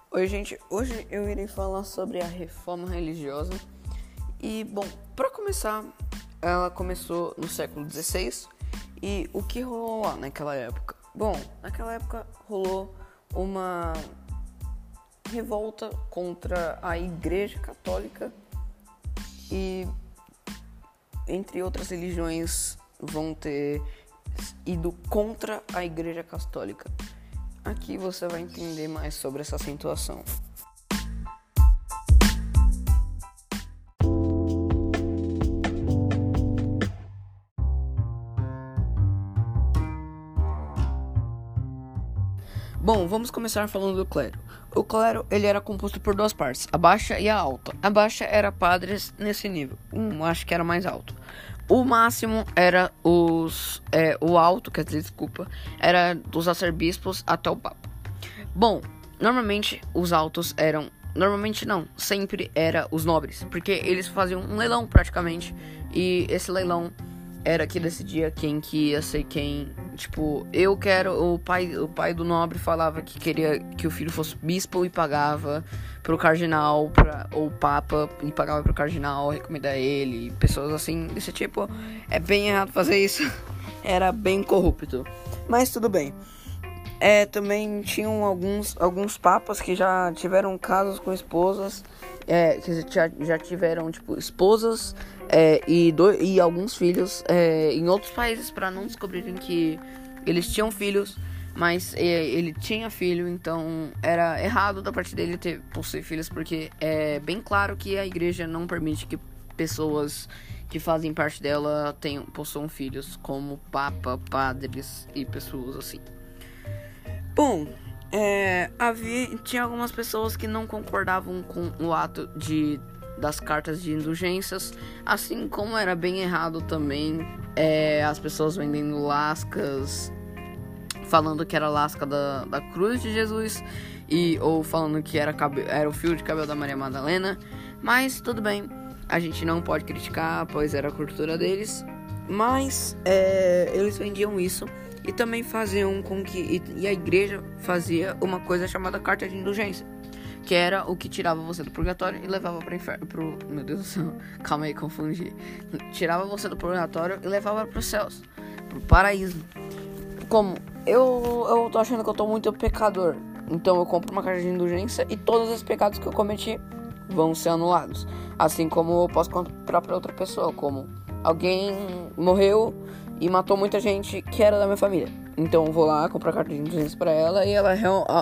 Oi, gente. Hoje eu irei falar sobre a reforma religiosa. E, bom, para começar, ela começou no século XVI. E o que rolou lá naquela época? Bom, naquela época rolou uma revolta contra a Igreja Católica e, entre outras religiões, vão ter ido contra a Igreja Católica. Aqui você vai entender mais sobre essa situação. Bom, vamos começar falando do clero. O clero, ele era composto por duas partes, a baixa e a alta. A baixa era padres nesse nível, acho que era mais alto. O máximo era o alto, era dos arcebispos até o papa. Bom, normalmente os altos eram, sempre era os nobres, porque eles faziam um leilão praticamente, e esse leilão era que decidia quem que ia ser quem. Tipo, o pai do nobre falava que queria que o filho fosse bispo e pagava pro cardinal, ou papa, e pagava pro cardinal recomendar ele, pessoas assim, desse tipo. É bem errado fazer isso. Era bem corrupto, mas tudo bem. Também tinham alguns papas que já tiveram casos com esposas, que já tiveram, tipo, esposas e alguns filhos em outros países, para não descobrirem que eles tinham filhos, mas ele tinha filho, então era errado da parte dele possuir filhos, porque é bem claro que a igreja não permite que pessoas que fazem parte dela possuam filhos, como papa, padres e pessoas assim. Bom, tinha algumas pessoas que não concordavam com o ato das cartas de indulgências, assim como era bem errado também as pessoas vendendo lascas, falando que era lasca da cruz de Jesus, ou falando que era o fio de cabelo da Maria Madalena, mas tudo bem, a gente não pode criticar, pois era a cultura deles, mas eles vendiam isso. E também faziam com que... E a igreja fazia uma coisa chamada carta de indulgência, que era o que tirava você do purgatório e levava para o inferno. Meu Deus do céu, calma aí, confundi. Tirava você do purgatório e levava para os céus, pro paraíso. Como eu tô achando que eu tô muito pecador, então eu compro uma carta de indulgência e todos os pecados que eu cometi vão ser anulados. Assim como eu posso comprar para outra pessoa, como alguém morreu e matou muita gente que era da minha família. Então eu vou lá comprar carta de indulgência pra ela e ela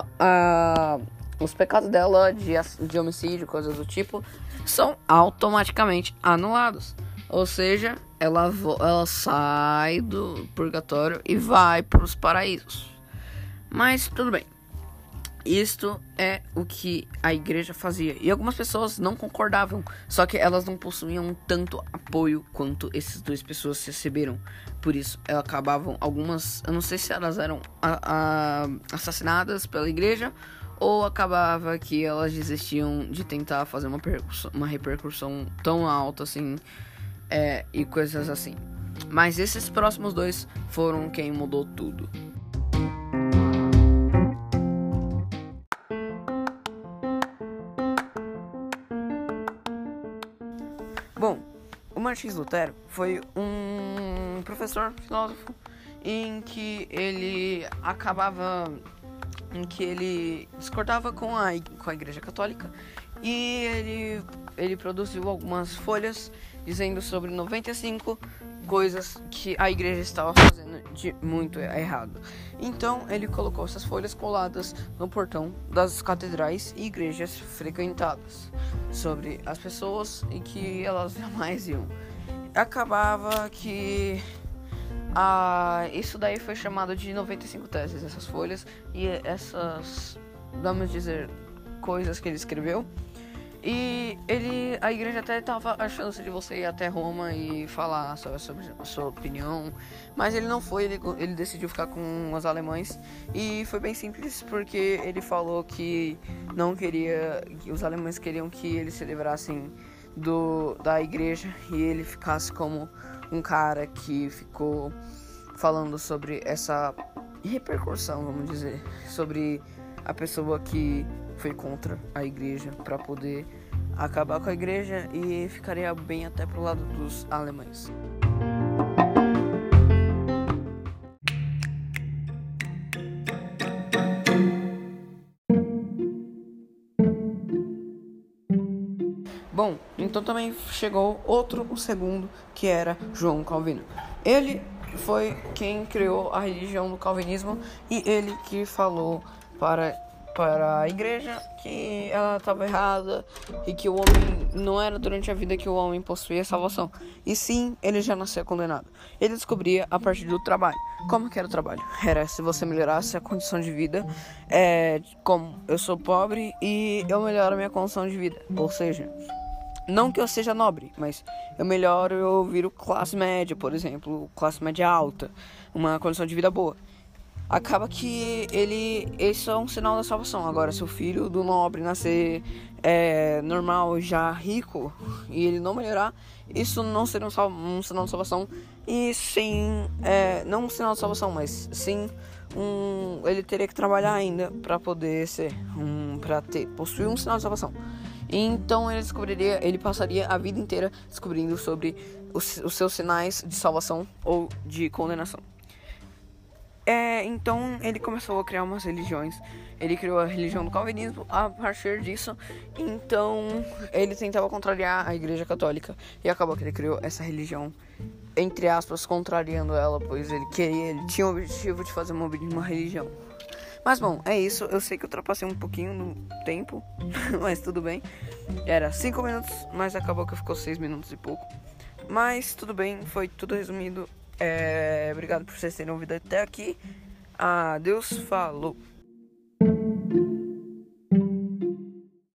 os pecados dela de homicídio, coisas do tipo, são automaticamente anulados. Ou seja, ela sai do purgatório e vai pros paraísos. Mas tudo bem. Isto é o que a igreja fazia. E algumas pessoas não concordavam. Só que elas não possuíam tanto apoio quanto essas duas pessoas receberam. Por isso, elas acabavam... Algumas... Eu não sei se elas eram assassinadas pela igreja, ou acabava que elas desistiam de tentar fazer uma repercussão tão alta assim. E coisas assim. Mas esses próximos dois foram quem mudou tudo. Bom, o Martins Lutero foi um professor filósofo em que ele discordava com a Igreja Católica, e ele produziu algumas folhas dizendo sobre 95 coisas que a igreja estava fazendo de muito errado. Então ele colocou essas folhas coladas no portão das catedrais e igrejas frequentadas, sobre as pessoas e que elas jamais iam. Acabava que isso daí foi chamado de 95 teses, essas folhas e essas, vamos dizer, coisas que ele escreveu. E a igreja até tava achando de você ir até Roma e falar sobre a sua opinião, mas ele não foi, ele decidiu ficar com os alemães, e foi bem simples, porque ele falou que não queria, que os alemães queriam que eles se livrassem da igreja e ele ficasse como um cara que ficou falando sobre essa repercussão, vamos dizer, sobre a pessoa que foi contra a igreja para poder acabar com a igreja e ficaria bem até pro lado dos alemães. Bom, então também chegou o segundo, que era João Calvino. Ele foi quem criou a religião do calvinismo e ele que falou para a igreja que ela estava errada e que o homem não era durante a vida que o homem possuía salvação, e sim, ele já nasceu condenado. Ele descobria a partir do trabalho. Como que era o trabalho? Era se você melhorasse a condição de vida, como eu sou pobre e eu melhoro a minha condição de vida, ou seja, não que eu seja nobre, mas eu viro classe média, por exemplo, classe média alta, uma condição de vida boa. Acaba que esse é um sinal da salvação. Agora, se o filho do nobre nascer normal, já rico, e ele não melhorar, isso não seria um sinal de salvação. E sim, não um sinal de salvação, mas sim ele teria que trabalhar ainda para poder possuir um sinal de salvação. Então ele passaria a vida inteira descobrindo sobre os seus sinais de salvação ou de condenação. Então ele começou a criar umas religiões. Ele criou a religião do calvinismo a partir disso. Então ele tentava contrariar a igreja católica e acabou que ele criou essa religião, entre aspas, contrariando ela, pois ele tinha o objetivo de fazer uma religião. Mas bom, é isso. Eu sei que eu ultrapassei um pouquinho no tempo, mas tudo bem. Era 5 minutos, mas acabou que ficou 6 minutos e pouco. Mas tudo bem, foi tudo resumido. Obrigado por vocês terem ouvido até aqui. Adeus, falou.